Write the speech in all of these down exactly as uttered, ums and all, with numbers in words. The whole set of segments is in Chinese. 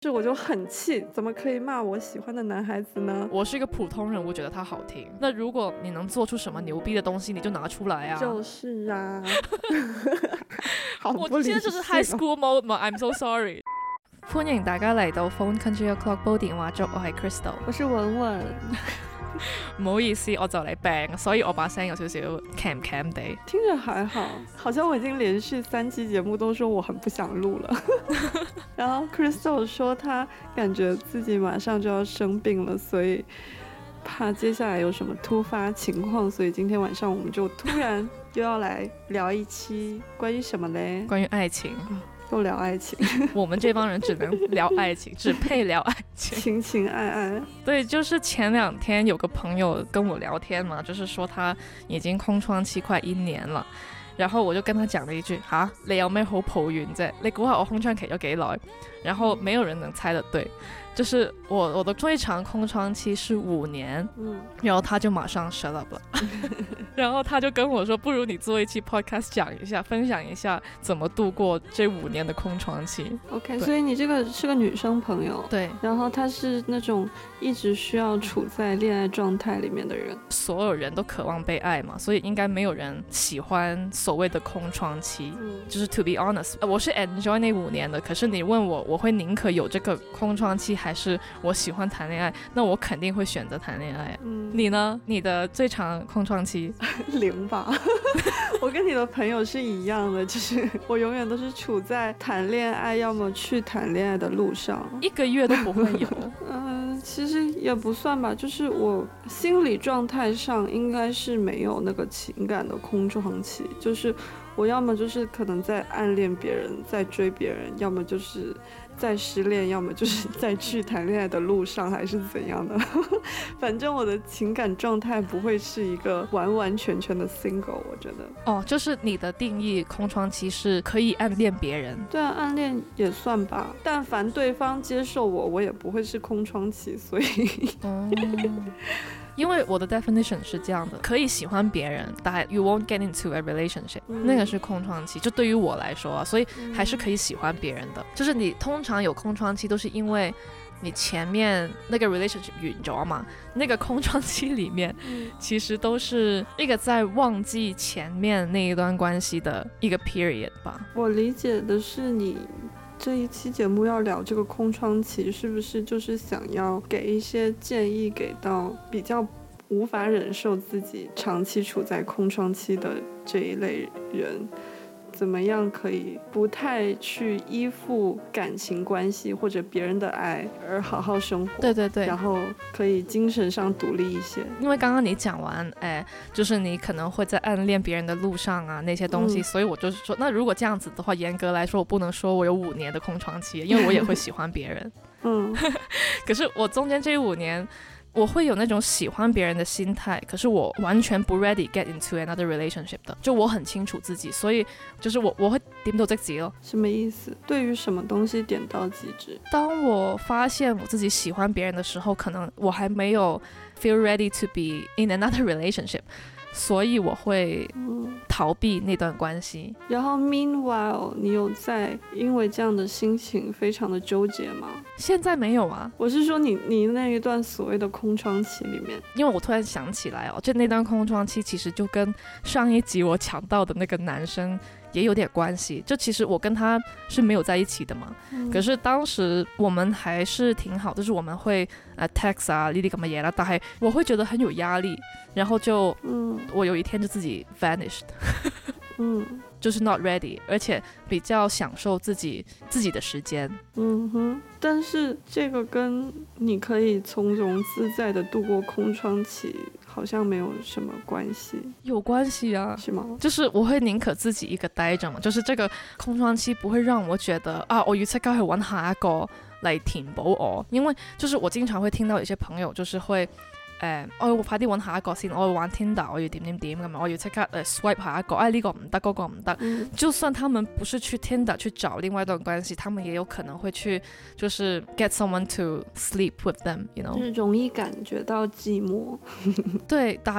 是我就很气，怎么可以骂我喜欢的男孩子呢？ 我是一个普通人，我觉得他好听。那如果你能做出什么牛逼的东西，你就拿出来啊。 就是啊。好不理性哦， 我今天就是 high school mode 嘛 I'm so sorry 歡迎大家嚟到 Phone Country O'Clock 煲電話粥，我係 Crystal， 我是文文。 唔好意思，我就嚟病，所以我把聲有少少 cam cam 地。 聽着還好，好像我已經連續三期節目都說我很不想錄了。然後 Crystal 說他感覺自己馬上就要生病了，所以怕接下來有什麼突發情況，所以今天晚上我們就突然又要來聊一期關於什麼呢？ 關於愛情。 又聊愛情。 我們這幫人只能聊愛情，只配聊愛情， 情情愛愛。 對，就是前兩天有個朋友跟我聊天嘛，就是說他已經空窗期快一年了，然後我就跟他講了一句，吓，你有咩好抱怨啫？你估下我空窗期咗幾耐？然後沒有人能猜得對，就是我我的最長空窗期是五年，嗯，然後他就馬上 shut up 了，然後他就跟我說，不如你做一期 podcast 講一下，分享一下怎麼度過這五年的空窗期。 OK， 所以你這個是個女生朋友， 對， 然後她是那種一直需要處在戀愛狀態裡面的人。 所有人都渴望被愛嘛，所以應該沒有人喜歡所謂的空窗期，嗯，就是 to be honest， 我是 enjoy 那五年的，可是你問我我會寧可有這個空窗期還是我喜歡談戀愛，那我肯定會選擇談戀愛，嗯，你呢？你的最長空窗期？ 零吧。我跟你的朋友是一樣的，就是我永遠都是處在談戀愛要麼去談戀愛的路上， 一個月都不會有。 嗯、呃，其實也不算吧，就是我心理狀態上應該是沒有那個情感的空窗期，就是我要麼就是可能在暗戀別人，在追別人，要麼就是在失戀，要麼就是在去談戀愛的路上，還是怎樣的。反正我的情感狀態不會是一個完完全全的 single， 我覺得。 哦，就是你的定義空窗期是可以暗戀別人。 對啊，暗戀也算吧，但凡對方接受我，我也不會是空窗期，所以。哦。 因為我的 definition 是這樣的，可以喜歡別人，但 you won't get into a relationship，嗯，那個是空窗期，就對於我來說啊，所以還是可以喜歡別人的，嗯，就是你通常有空窗期都是因為你前面那個 relationship 完咗嘛，那個空窗期裡面，嗯，其實都是一個在忘記前面那一段關係的一個 period 吧。 我理解的是你這一期節目要聊這個空窗期，是不是就是想要給一些建議給到比較無法忍受自己長期處在空窗期的這一類人，怎麼樣可以不太去依附感情關係或者別人的愛而好好生活？ 對對對， 然後可以精神上獨立一些。 因為剛剛你講完，哎，就是你可能會在暗戀別人的路上啊，那些東西，嗯，所以我就是說，那如果這樣子的話，嚴格來說，我不能說我有五年的空窗期，因為我也會喜歡別人。嗯，可是我中間這五年，我會有那種喜歡別人的心態，可是我完全不 ready get into another relationship 的，就我很清楚自己，所以就是我我會點到即止咯。 什麼意思？對於什麼東西點到即止？ 當我發現我自己喜歡別人的時候，可能我還沒有 feel ready to be in another relationship， 所以我會逃避那段關係。 嗯，然後 meanwhile 你有在因為這樣的心情非常的糾結嗎？ 現在沒有啊， 我是說你你那一段所謂的空窗期裡面， 因為我突然想起來哦，就那段空窗期其實就跟上一集我講到的那個男生也有點關係，就其實我跟他是沒有在一起的嘛，嗯，可是當時我們還是挺好，就是我們會呃 text 啊呢啲咁嘅嘢啦，但係我會覺得很有壓力，然後就嗯，我有一天就自己 vanished， 嗯，就是 not ready， 而且比較享受自己自己的時間。 嗯哼，但是這個跟你可以從容自在的度過空窗期好像沒有什麼關係。 有關係啊， 是嗎？ 就是我會寧可自己一個待着嘛，就是這個空窗期不會讓我覺得啊，我要即刻去揾下一個嚟填補我，因為就是我經常會聽到有些朋友就是會誒，我要快啲揾下一個先，我要玩 Tinder， 我要點點點咁，我要即刻誒 swipe 下一個，哎呢個唔得，嗰個唔得。嗯，就算他們不是去 Tinder 去找另外一段關係，他們也有可能會去，就是 get someone to sleep with them，you know， 就是容易感覺到寂寞。 對，但係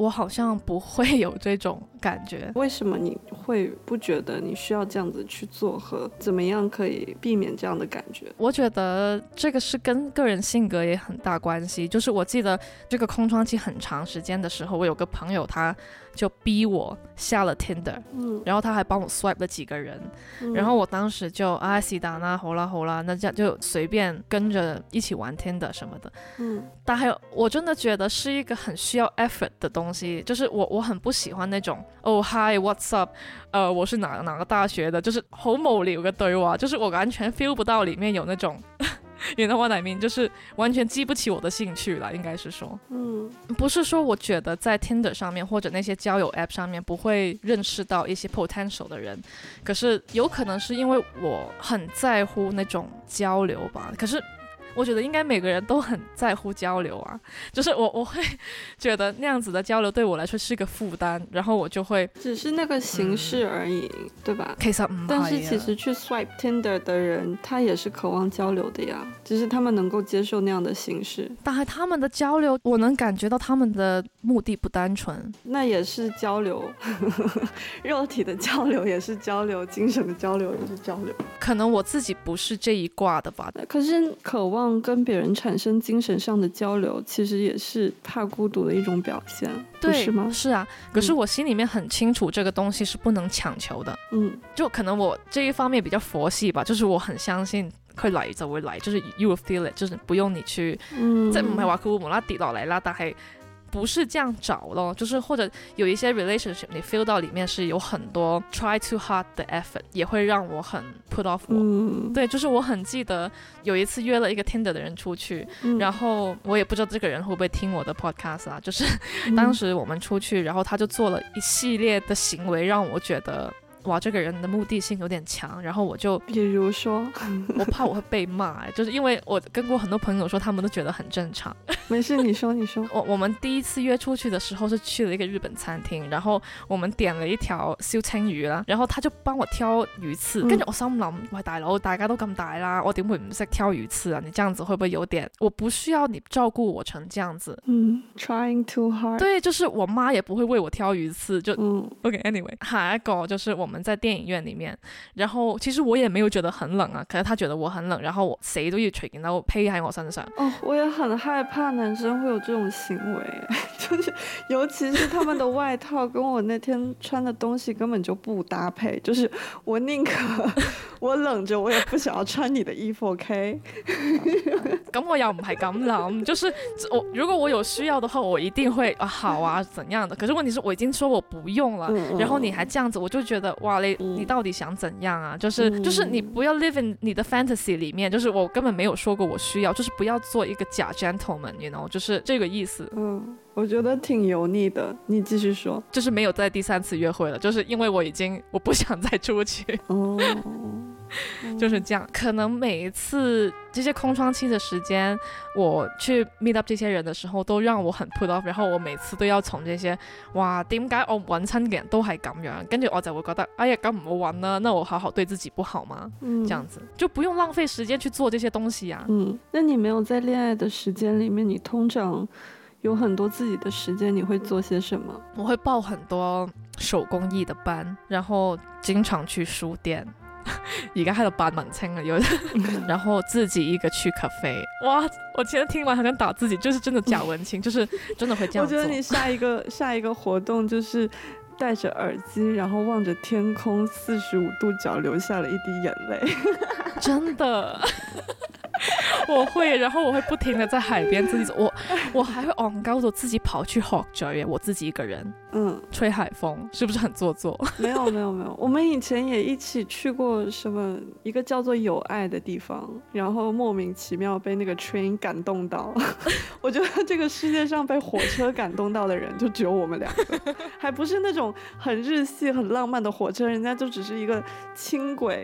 我好像不会有这种感觉。 为什么你会不觉得你需要这样子去做，和怎么样可以避免这样的感觉？ 我觉得这个是跟个人性格也很大关系。就是我记得这个空窗期很长时间的时候，我有个朋友他就逼我下了 Tinder，嗯，然后他还帮我 swipe 了几个人，嗯，然后我当时就啊是但啦，好啦好啦，那这样就随便跟着一起玩 Tinder 什么的，嗯，但还有我真的觉得是一个很需要 effort 的东西，就是我我很不喜欢那种哦 hi what's up， 呃我是哪哪个大学的，就是好无聊的对话，就是我完全 feel 不到里面有那种You know what I mean？ 就是完全激不起我的兴趣了，应该是说，嗯，不是说我觉得在 Tinder 上面或者那些交友 App 上面不会认识到一些 potential 的人，可是有可能是因为我很在乎那种交流吧，可是我觉得应该每个人都很在乎交流啊，就是我我会觉得那样子的交流对我來說是個負擔，然後我就會只是那個形式而已，嗯，對吧？ 其實唔係， 但是其實去 swipe Tinder 的人他也是渴望交流的呀，只是他們能夠接受那樣的形式， 但係他們的交流我能感覺到他們的目的不單純， 那也是交流肉體的交流也是交流，精神的交流也是交流， 可能我自己不是這一掛的吧。 可是渴望跟別人產生精神上的交流其實也是怕孤獨的一種表現， 對， 不是嗎？ 是啊，可是我心裡面很清楚這個東西是不能強求的，嗯，就可能我這一方面比較佛系吧，就是我很相信佢嚟就會嚟，就是 you will feel it， 就是不用你去，嗯，即係唔係話佢會無啦啦跌落嚟啦，但係不是這樣找咯，就是或者有一些 relationship 你 feel 到裡面是有很多 try too hard 的 effort， 也會讓我很 put off 我，嗯，對，就是我很記得有一次約了一個 Tinder 的人出去，嗯，然後我也不知道這個人會不會聽我的 podcast 啊，就是當時我們出去，然後他就做了一系列的行為讓我覺得哇，這個人的目的性有點強，然後我就比如說我怕我會被罵，就是因為我跟過很多朋友說他們都覺得很正常。 沒事，你說你說。 我我們第一次約出去的時候是去了一個日本餐廳，然後我們點了一條燒青魚啦，然後他就幫我挑魚刺，跟住我心諗，喂大佬，大家都咁大啦，我點會唔識挑魚刺啊？你這樣子會不會有點，我不需要你照顧我成這樣子。 嗯 ，trying too hard。 對，就是我媽也不會為我挑魚刺，就嗯 ，OK，anyway， 下一個就是我們在電影院裡面，然後其實我也沒有覺得很冷啊，可是他覺得我很冷，然後我死都要隨件褸披喺我身上。 哦，我也很害怕男生會有這種行為，就是尤其是他們的外套跟我那天穿的東西根本就不搭配，就是我寧可我冷着，我也不想要穿你的衣服 ，OK？ 咁我又唔係咁諗，就是我如果我有需要的話，我一定會啊好啊怎樣的。可是問題是我已經說我不用了，嗯、然後你還這樣子，我就覺得哇你、嗯、你到底想怎樣啊？就是、嗯、就是你不要 live in 你的 fantasy 裡面，就是我根本沒有說過我需要，就是不要做一個假 gentleman，you know， 就是這個意思。 嗯，我覺得挺油膩的，你繼續說。 就是沒有再第三次約會了，就是因為我已經我不想再出去。哦。就是這樣，可能每一次這些空窗期的時間，我去 meet up 這些人的時候，都讓我很 put off， 然後我每次都要從這些，哇，點解我揾親嘅人都係咁樣，跟住我就會覺得，哎呀，咁唔好揾啦，那我好好對自己不好嗎？嗯，這樣子就不用浪費時間去做這些東西啊。 嗯，那你沒有在戀愛的時間裡面，你通常有很多自己的時間，你會做些什麼？ 我會報很多手工藝的班，然後經常去書店。而家喺度扮文青了有然後自己一個去咖啡，哇我現在聽完好像打自己，就是真的假文青就是真的會這樣做。 我覺得你下一個下一個活動就是戴着耳機，然後望着天空四十五度角流下了一滴眼淚真的我會，然後我會不停的在海邊自己走，我我還會戇鳩到自己跑去學嘴，我自己一個人，嗯，吹海風，是不是很做作？ 沒有沒有沒有，我們以前也一起去過什麼一個叫做友愛的地方，然後莫名其妙被那個 train 感動到我覺得這個世界上被火車感動到的人就只有我們兩個還不是那種很日系很浪漫的火車，人家就只是一個輕軌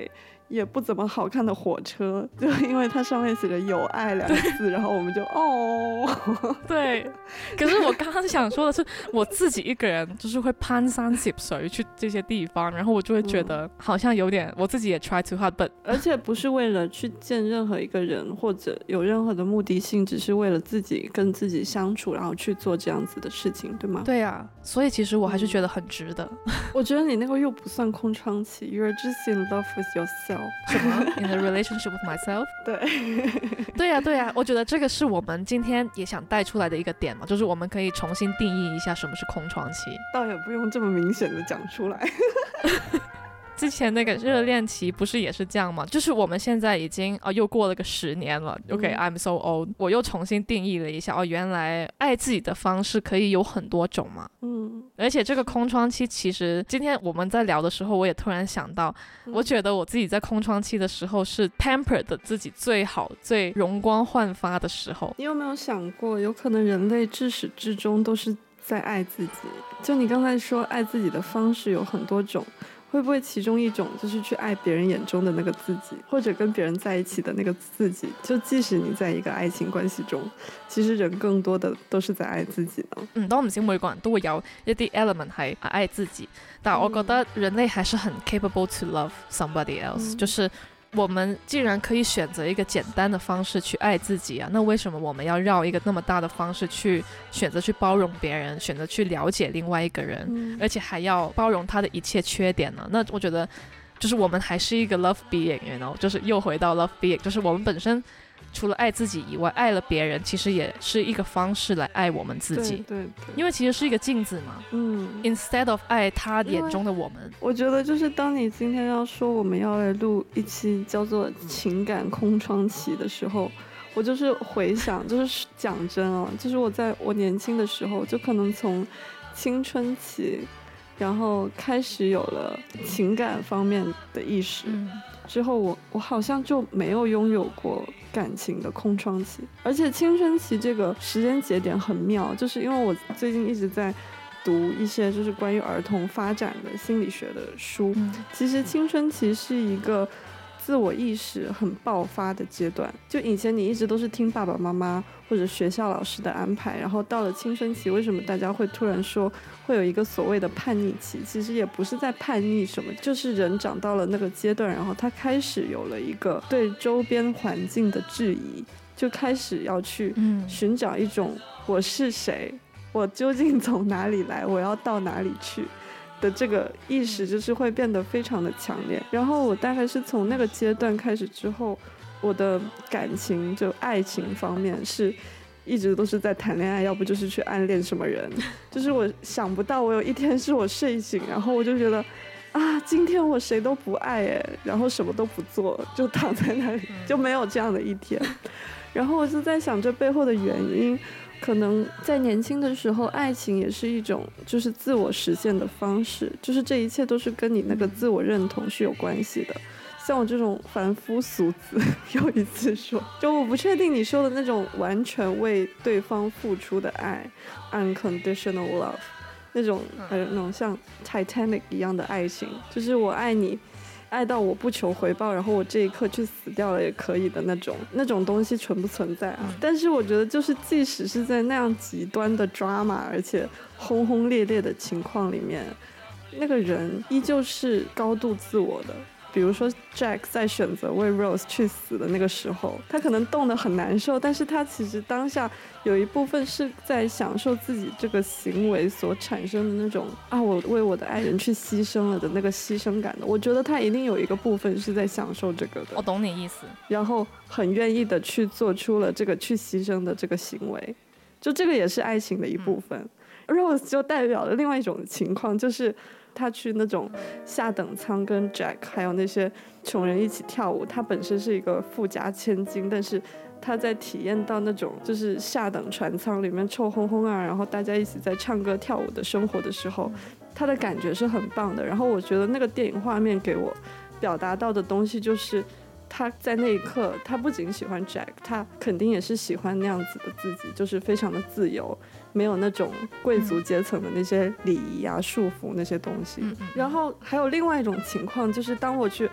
也不怎么好看的火车，就因为它上面写着有爱两个字，然后我们就哦。 对，可是我刚刚想说的是，我自己一个人就是会攀山涉水去这些地方，然后我就会觉得好像有点，我自己也 try too hard， but 而且不是为了去见任何一个人或者有任何的目的性，只是为了自己跟自己相处，然后去做这样子的事情，对吗？ 对啊，所以其实我还是觉得很值得。 我觉得你那个又不算空窗期 ，You're just in love with yourself。 什么 ？In a relationship with myself？ 对， 对呀、啊、对呀、啊，我觉得这个是我们今天也想带出来的一个点嘛，就是我们可以重新定义一下什么是空窗期。 倒也不用这么明显的讲出来。 之前那个热恋期不是也是这样吗？就是我们现在已经哦又过了个十年了、嗯、OK，I'm so old， 我又重新定义了一下哦，原来爱自己的方式可以有很多种嘛。嗯，而且这个空窗期其实今天我们在聊的时候，我也突然想到，嗯、我觉得我自己在空窗期的时候是 pamper 的自己最好、最容光焕发的时候。 你有没有想过，有可能人类至始至终都是在爱自己？就你刚才说爱自己的方式有很多种。会不会其中一种就是去爱别人眼中的那个自己，或者跟别人在一起的那个自己，就即使你在一個愛情關係中，其實人更多的都是在愛自己呢。 嗯，當然唔少每個人都會有一啲 element 係愛自己，但係我覺得人類還是很 capable to love somebody else、嗯、就是我們既然可以選擇一個簡單的方式去愛自己啊，那為什麼我們要繞一個那麼大的方式去選擇去包容別人，選擇去了解另外一個人、嗯、而且還要包容他的一切缺點呢？那我覺得就是我們還是一個 love being， you know， 就是又回到 love being， 就是我們本身除了愛自己以外，愛了別人其實也是一個方式來愛我們自己。 對對對， 因為其實是一個鏡子嘛。嗯 ，instead of 愛他眼中的我們， 我覺得就是當你今天要說我們要來錄一期叫做情感空窗期的時候，我就是回想，就是講真哦，就是我在我年輕的時候，就可能從青春期然後開始有了情感方面的意識、嗯、之後我我好像就沒有擁有過感情的空窗期。而且青春期這個時間節點很妙，就是因為我最近一直在讀一些就是關於兒童發展的心理學的書、嗯、其實青春期是一個自我意識很爆發的階段，就以前你一直都是聽爸爸媽媽或者學校老師的安排，然後到了青春期，為什麼大家會突然說會有一個所謂的叛逆期？其實也不是在叛逆什麼，就是人長到了那個階段，然後他開始有了一個對周邊環境的質疑，就開始要去尋找一種我是誰，我究竟從哪裡來，我要到哪裡去的這個意識，就是會變得非常的強烈。然後我大概是從那個階段開始之後，我的感情就愛情方面是一直都是在談戀愛，要不就是去暗戀什麼人。就是我想不到我有一天是我睡醒，然後我就覺得啊，今天我誰都不愛誒，然後什麼都不做，就躺在那裡，就沒有這樣的一天。然後我就在想這背後的原因，可能在年輕的時候，愛情也是一種就是自我實現的方式，就是這一切都是跟你那個自我認同是有關係的。像我這種凡夫俗子有一次說，就我不確定你說的那種完全為對方付出的愛 unconditional love 那種還有那種像 Titanic 一樣的愛情，就是我愛你愛到我不求回報，然後我這一刻去死掉了也可以的那種那種東西存不存在啊？但是我覺得就是即使是在那樣極端的 drama 而且轟轟烈烈的情況裡面，那個人依舊是高度自我的。比如說 Jack 在選擇為 Rose 去死的那個時候，他可能動得很難受，但是他其實當下有一部分是在享受自己這個行為所產生的那種啊，我為我的愛人去犧牲了的那個犧牲感的。我覺得他一定有一個部分是在享受這個的。 我懂你意思。然後很願意的去做出了這個去犧牲的這個行為，就這個也是愛情的一部分。嗯、Rose 就代表了另外一種情況，就是他去那種下等艙跟 Jack 還有那些窮人一起跳舞，他本身是一個富家千金，但是他在體驗到那種就是下等船艙裡面臭烘烘啊，然後大家一起在唱歌跳舞的生活的時候，他的感覺是很棒的。然後我覺得那個電影畫面給我表達到的東西就是他在那一刻，他不僅喜歡 Jack， 他肯定也是喜歡那樣子的自己，就是非常的自由，沒有那種貴族階層的那些禮儀啊、束縛那些東西。然後還有另外一種情況，就是當我去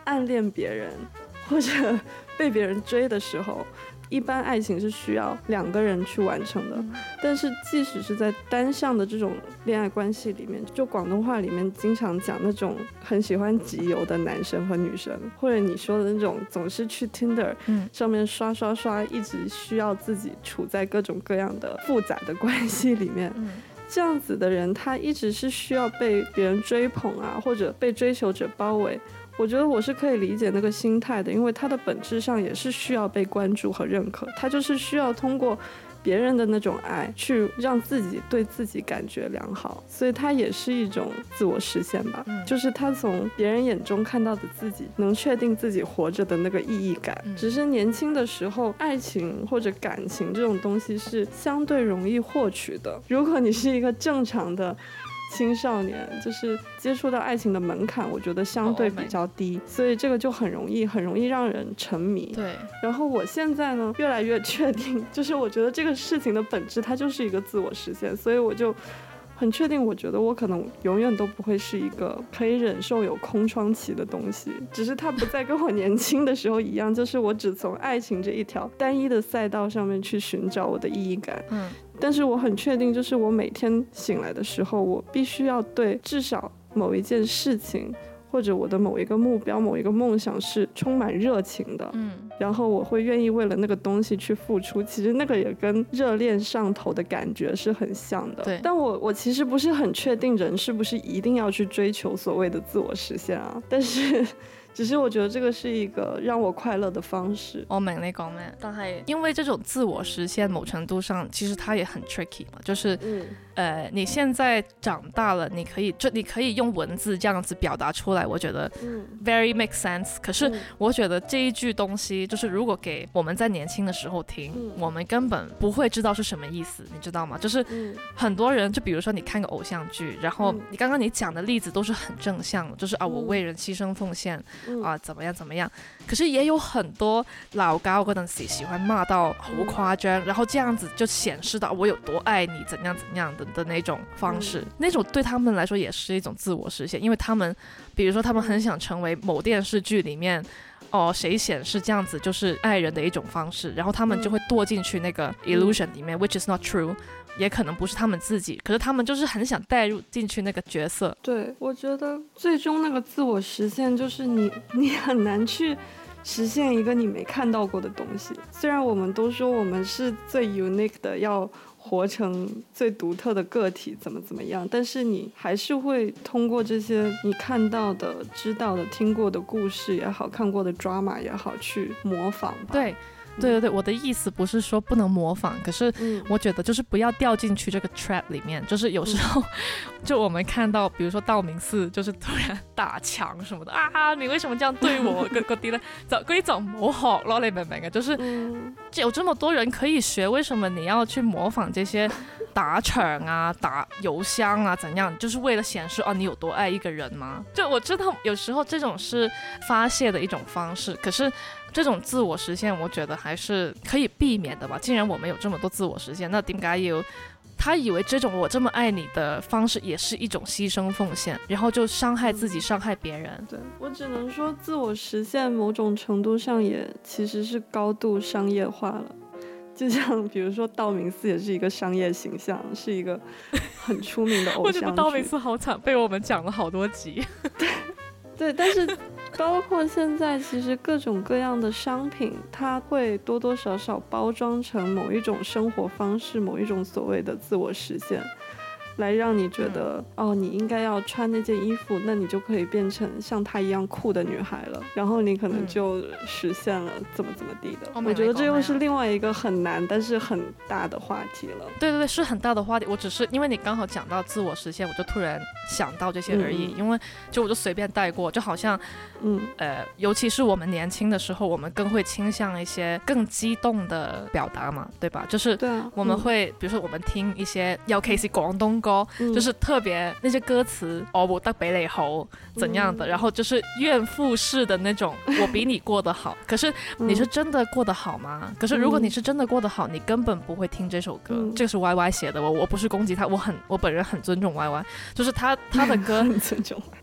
暗恋别人或者被别人追的时候，一般爱情是需要两个人去完成的、嗯、但是即使是在单向的这种恋爱关系里面，就广东话里面经常讲那种很喜欢集邮的男生和女生，或者你说的那种总是去 Tinder 上面刷刷刷，一直需要自己处在各种各样的复杂的关系里面、嗯，这样子的人他一直是需要被别人追捧啊，或者被追求者包围。我觉得我是可以理解那个心态的，因为他的本质上也是需要被关注和认可，他就是需要通过别人的那种爱去让自己对自己感觉良好，所以他也是一种自我实现吧、嗯、就是他从别人眼中看到的自己能确定自己活着的那个意义感、嗯、只是年轻的时候爱情或者感情这种东西是相对容易获取的，如果你是一个正常的青少年，就是接触到爱情的门槛我觉得相对比较低、oh, 所以这个就很容易很容易让人沉迷。对，然后我现在呢越来越确定，就是我觉得这个事情的本质它就是一个自我实现，所以我就很确定，我觉得我可能永远都不会是一个可以忍受有空窗期的东西，只是它不再跟我年轻的时候一样，就是我只从爱情这一条单一的赛道上面去寻找我的意义感。嗯，但是我很确定，就是我每天醒来的时候，我必须要对至少某一件事情或者我的某一个目标某一个梦想是充满热情的，嗯，然后我会愿意为了那个东西去付出，其实那个也跟热恋上头的感觉是很像的。对，但我我其实不是很确定人是不是一定要去追求所谓的自我实现啊，但是只是我觉得这个是一个让我快乐的方式。 我明你講咩，但係因為這種自我實現某程度上其實它也很 tricky 嘛，就是、嗯呃、你現在長大了，你可以就你可以用文字這樣子表達出來，我覺得 very make sense、嗯、可是我覺得這一句東西就是如果給我們在年輕的時候聽、嗯、我們根本不會知道是什麼意思，你知道嗎？就是很多人就比如說你看個偶像劇，然後你剛剛你講的例子都是很正向的，就是啊我為人犧牲奉獻、嗯、啊怎麼樣怎麼樣，可是也有很多老高嗰陣時喜歡罵到好誇張、嗯、然後這樣子就顯示到我有多愛你怎樣怎樣的的那種方式、嗯、那種對他們來說也是一種自我實現，因為他們比如說他們很想成為某電視劇裡面哦誰顯示這樣子就是愛人的一種方式，然後他們就會墮進去那個 illusion 裡面、嗯、which is not true，也可能不是他們自己，可是他們就是很想帶入進去那個角色。 對，我覺得最終那個自我實現就是你你很難去實現一個你沒看到過的東西，雖然我們都說我們是最 unique 的，要活成最獨特的個體怎麼怎麼樣，但是你還是會通過這些你看到的知道的聽過的故事也好，看過的 drama 也好去模仿吧。 對对对对，我的意思不是说不能模仿，可是我觉得就是不要掉进去这个 trap 里面，就是有时候、嗯、就我们看到比如说道明寺就是突然打墙什么的啊，你为什么这样对我嗰啲咧，就嗰啲就唔好學咯，你明唔明啊？就是、嗯、有这么多人可以学，为什么你要去模仿这些打場啊打邮箱啊怎樣，就是為了顯示哦你有多愛一個人嗎？就我知道有時候這種是發洩的一種方式，可是這種自我實現我覺得還是可以避免的吧。既然我們有這麼多自我實現，那點解要他以為這種我這麼愛你的方式也是一種犧牲奉獻，然後就傷害自己、嗯、傷害別人。 對，我只能說自我實現某種程度上也其實是高度商業化了，就像比如說道明寺也是一個商業形象，是一個很出名的偶像劇。我覺得道明寺好慘，被我們講了好多集。 對，對，但是包括現在其實各種各樣的商品，它會多多少少包裝成某一種生活方式，某一種所謂的自我實現，來讓你覺得、嗯、哦你應該要穿那件衣服，那你就可以變成像她一樣酷的女孩了，然後你可能就實現了怎麼怎麼地的、嗯、我覺得這又是另外一個很難但是很大的話題了。 對對對，是很大的話題。我只是因為你剛好講到自我實現，我就突然想到這些而已、嗯、因為就我就隨便帶過，就好像嗯呃，尤其是我們年輕的時候，我們更會傾向一些更激動的表達嘛，對吧？就是我們會、嗯、比如說我們聽一些尤其是廣東歌、嗯、就是特別那些歌詞我冇得比你好怎樣的、嗯、然後就是怨婦式的那種我比你過得好可是你是真的過得好嗎、嗯、可是如果你是真的過得好，你根本不會聽這首歌、嗯、這個是 Y Y 寫的，我我不是攻擊他，我很我本人很尊重 Y Y， 就是他他的歌很尊重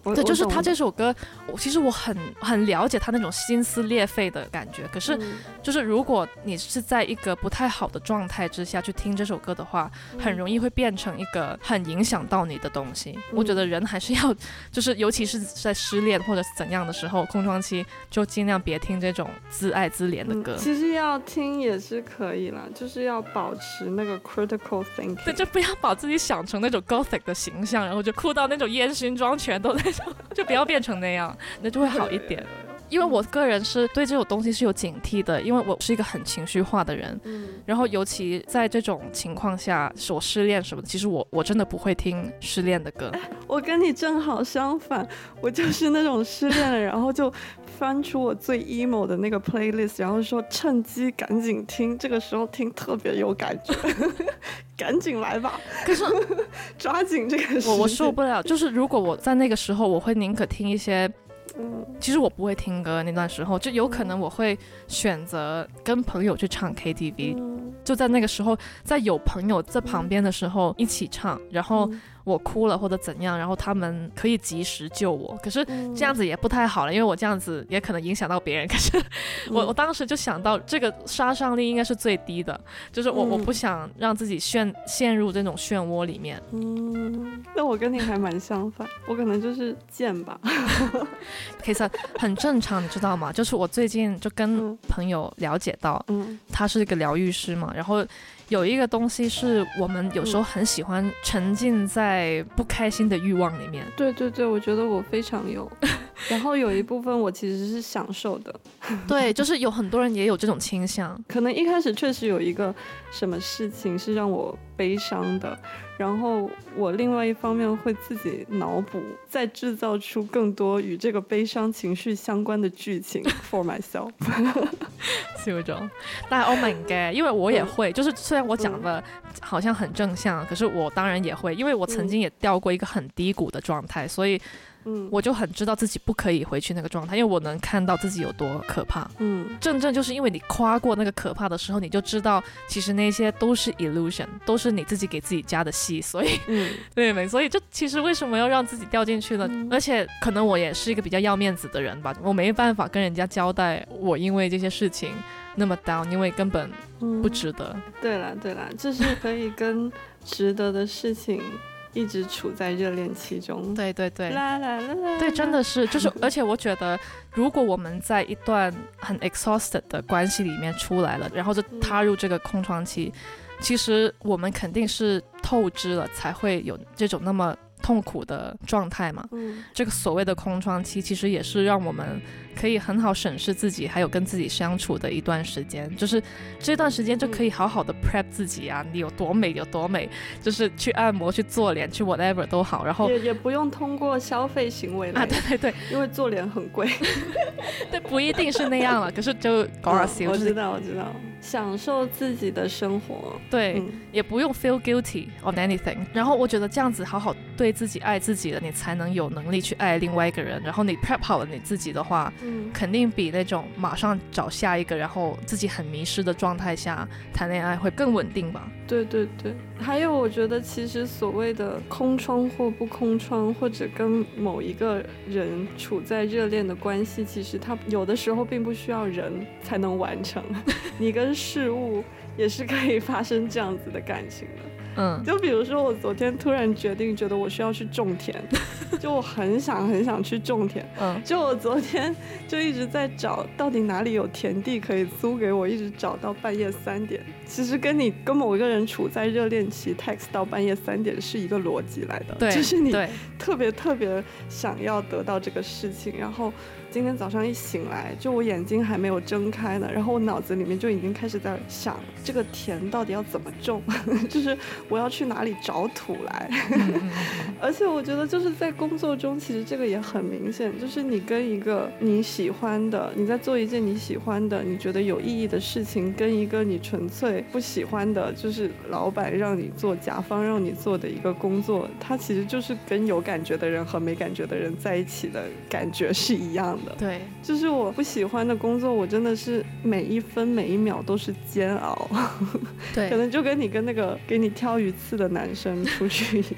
对，就是他这首歌，我其实我很很了解他那种心撕裂肺的感觉。可是，就是如果你是在一个不太好的状态之下去听这首歌的话，嗯、很容易会变成一个很影响到你的东西。嗯、我觉得人还是要，就是尤其是在失恋或者怎样的时候，空窗期就尽量别听这种自爱自怜的歌。 嗯、其实要听也是可以啦，就是要保持那个 critical thinking。 对，就不要把自己想成那种 gothic 的形象，然后就哭到那种烟熏妆全都那种，就不要变成那样，那就会好一点。因为我个人是对这种东西是有警惕的，因为我是一个很情绪化的人，嗯、然后尤其在这种情况下，我失恋什么的，其实我我真的不会听失恋的歌。 我跟你正好相反，我就是那种失恋了，然后就翻出我最 emo 的那个 playlist， 然后说趁机赶紧听，这个时候听特别有感觉。赶紧来吧！ 可是抓紧这个时间， 我我受不了。就是如果我在那个时候，我会宁可听一些。嗯，其实我不会听歌，那段时候就有可能我会选择跟朋友去唱 K T V，嗯、就在那个时候，在有朋友在旁边的时候一起唱，然后我哭了或者怎样，然后他们可以及时救我。可是这样子也不太好了，因为我这样子也可能影响到别人。可是我我当时就想到这个杀伤力应该是最低的，就是我、嗯、我不想让自己陷陷入这种漩涡里面。 嗯，那我跟你还蛮相反，我可能就是贱吧。 其实很正常，你知道吗？就是我最近就跟朋友了解到，嗯、他是一个疗愈师嘛，然后有一个东西是我们有时候很喜欢沉浸在不开心的欲望里面。 对对对，我觉得我非常有。然后有一部分我其实是享受的。 对，就是有很多人也有这种倾向。 可能一开始确实有一个什么事情是让我悲伤的，然后我另外一方面会自己脑补，再制造出更多与这个悲伤情绪相关的剧情 for myself。 笑咗，但係我明嘅，因為我也會，就是雖然我講的好像很正向，可是我當然也會，因為我曾經也掉過一個很低谷的狀態，所以我就很知道自己不可以回去那個狀態，因為我能看到自己有多可怕。嗯，正正就是因為你跨過那個可怕的時候，你就知道其實那些都是 illusion， 都是你自己給自己加的戲，所以嗯，對沒，所以就其實為什麼要讓自己掉進去呢？嗯、而且可能我也是一個比較要面子的人吧，我沒辦法跟人家交代我因為這些事情那麼 down， 因為根本不值得。 嗯、對啦對啦，就是可以跟值得的事情一直處在熱戀期中。 對對對， 啦啦啦啦， 對，真的是，就是，而且我覺得，如果我們在一段很 exhausted 的關係裡面出來了，然後就踏入這個空窗期，嗯、其實我們肯定是透支了，才會有這種那麼痛苦的狀態嘛。嗯，這個所謂的空窗期，其實也是讓我們可以很好審視自己，還有跟自己相處的一段時間，就是這段時間就可以好好的 prep 自己啊，你有多美有多美，就是去按摩去做臉去 whatever 都好，然後也也不用通過消費行為來， 啊，對對對， 因為做臉很貴。 對，不一定是那樣了，可是就講下笑， 我知道我知道，享受自己的生活， 對、嗯、也不用 feel guilty on anything， 然後我覺得這樣子好好對自己愛自己了，你才能有能力去愛另外一個人，然後你 prep 好了你自己的話、嗯、肯定比那種馬上找下一個然後自己很迷失的狀態下談戀愛會更穩定吧。 對對對，還有我覺得其實所謂的空窗或不空窗，或者跟某一個人處在熱戀的關係，其實它有的時候並不需要人才能完成，你跟事物也是可以發生這樣子的感情的。嗯，就比如說我昨天突然決定覺得我需要去種田，就我很想很想去種田，嗯，就我昨天就一直在找到底哪裡有田地可以租給我，一直找到半夜三點。其實跟你跟某一個人處在熱戀期 text 到半夜三點是一個邏輯來的， 對， 就是你特別特別想要得到這個事情，然後今天早上一醒來，就我眼睛還沒有睜開呢，然後我腦子裡面就已經開始在想這個田到底要怎麼種，就是我要去哪裡找土來。而且我覺得就是在工作中其實這個也很明顯，就是你跟一個你喜歡的，你在做一件你喜歡的你覺得有意義的事情，跟一個你純粹不喜歡的，就是老闆讓你做，甲方讓你做的一個工作，它其實就是跟有感覺的人和沒感覺的人在一起的感覺是一樣的。 對， 就是我不喜歡的工作，我真的是每一分每一秒都是煎熬。對，可能就跟你跟那個給你挑魚刺的男生出去一樣。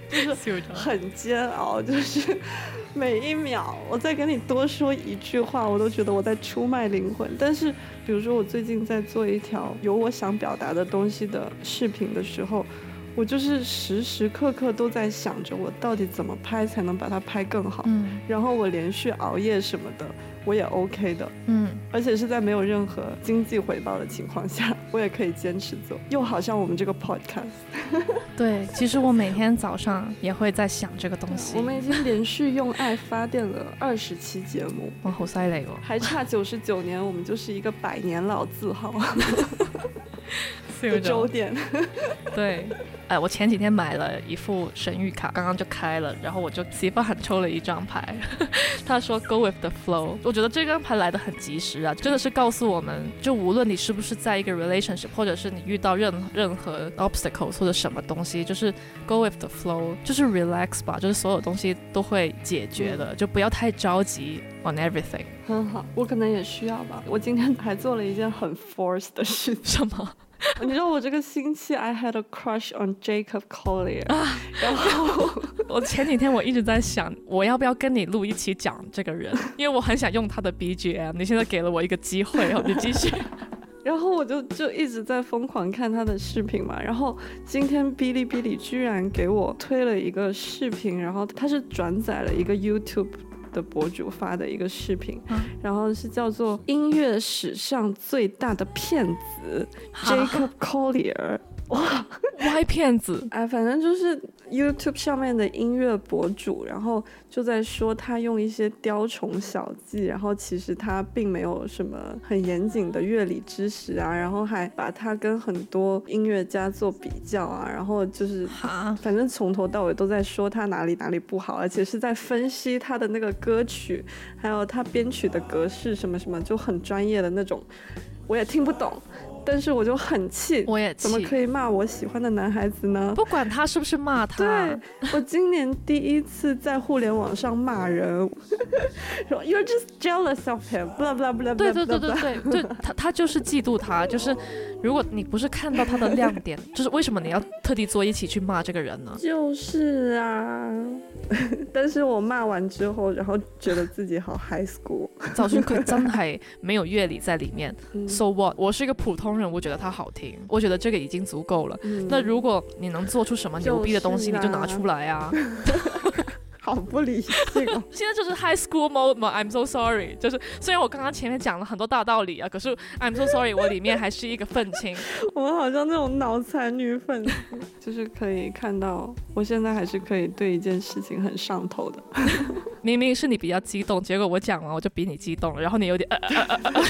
就是很煎熬，就是每一秒我再跟你多说一句话，我都觉得我在出卖灵魂。但是比如说我最近在做一条有我想表达的东西的视频的时候，我就是时时刻刻都在想着我到底怎么拍才能把它拍更好，嗯，然后我连续熬夜什么的我也 OK 的，嗯，而且是在没有任何经济回报的情况下我也可以坚持做，又好像我们这个 podcast 对，其实我每天早上也会在想这个东西。 我们已经连续用爱发电了二十期节目， 哇，好犀利哦， 还差九十九年我们就是一个百年老字号的周点对，哎，我前几天买了一副神谕卡，刚刚就开了，然后我就媳妇喊抽了一张牌他说 Go with the flow， 我觉得这张牌来得很及时啊，真的是告诉我们，就无论你是不是在一个 relationship， 或者是你遇到任任何 obstacles 或者什么东西，就是 Go with the flow， 就是 relax 吧，就是所有东西都会解决的，就不要太着急 on everything。 很好，我可能也需要吧。我今天还做了一件很 force 的事情。 什么？ 你知道我这个星期 I had a crush on Jacob Collier， 然后我前几天我一直在想我要不要跟你录一起讲这个人，因为我很想用他的 B G M， 你现在给了我一个机会，你继续然后我就就一直在疯狂看他的视频嘛，然后今天哔哩哔哩居然给我推了一个视频，然后他是转载了一个 YouTube的博主发的一个视频，嗯，然后是叫做音乐史上最大的骗子 Jacob Collier。哇， 歪骗子！ 哎，反正就是 YouTube 上面的音乐博主，然后就在说他用一些雕虫小技，然后其实他并没有什么很严谨的乐理知识啊，然后还把他跟很多音乐家做比较啊，然后就是反正从头到尾都在说他哪里哪里不好，而且是在分析他的那个歌曲，还有他编曲的格式什么什么，就很专业的那种，我也听不懂。但是我就很气， 我也气， 怎么可以骂我喜欢的男孩子呢？ 不管他是不是骂他， 对，我今年第一次在互联网上骂人说 You're just jealous of him blah blah blah blah。 对对对对对，就他他就是嫉妒他，就是如果你不是看到他的亮点，就是为什么你要特地坐一起去骂这个人呢？ 就是啊但是我骂完之後然後覺得自己好 high school 就算佢真係沒有樂理在裡面、嗯、so what， 我是一個普通人，我覺得他好聽，我覺得這個已經足夠了、嗯、那如果你能做出什麼牛逼的東西、就是、你就拿出來啊好不理性哦现在就是 high school mode 嘛 I'm so sorry， 就是虽然我刚刚前面讲了很多大道理啊，可是 I'm so sorry 我裡面還是一個憤青我們好像那種腦殘女粉就是可以看到我現在還是可以對一件事情很上頭的明明是你比較激動，結果我講完我就比你激動了，然後你有點呃呃呃呃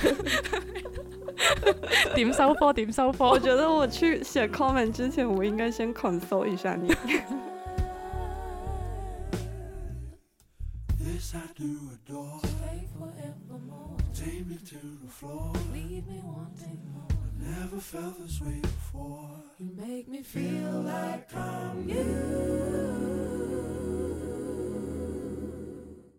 點收科點收科， 我覺得我去寫 comment 之前我應該先 console 一下你This I do adore. Stay forevermore. Take me to the floor. Leave me wanting more. I never felt this way before. You make me feel like I'm you.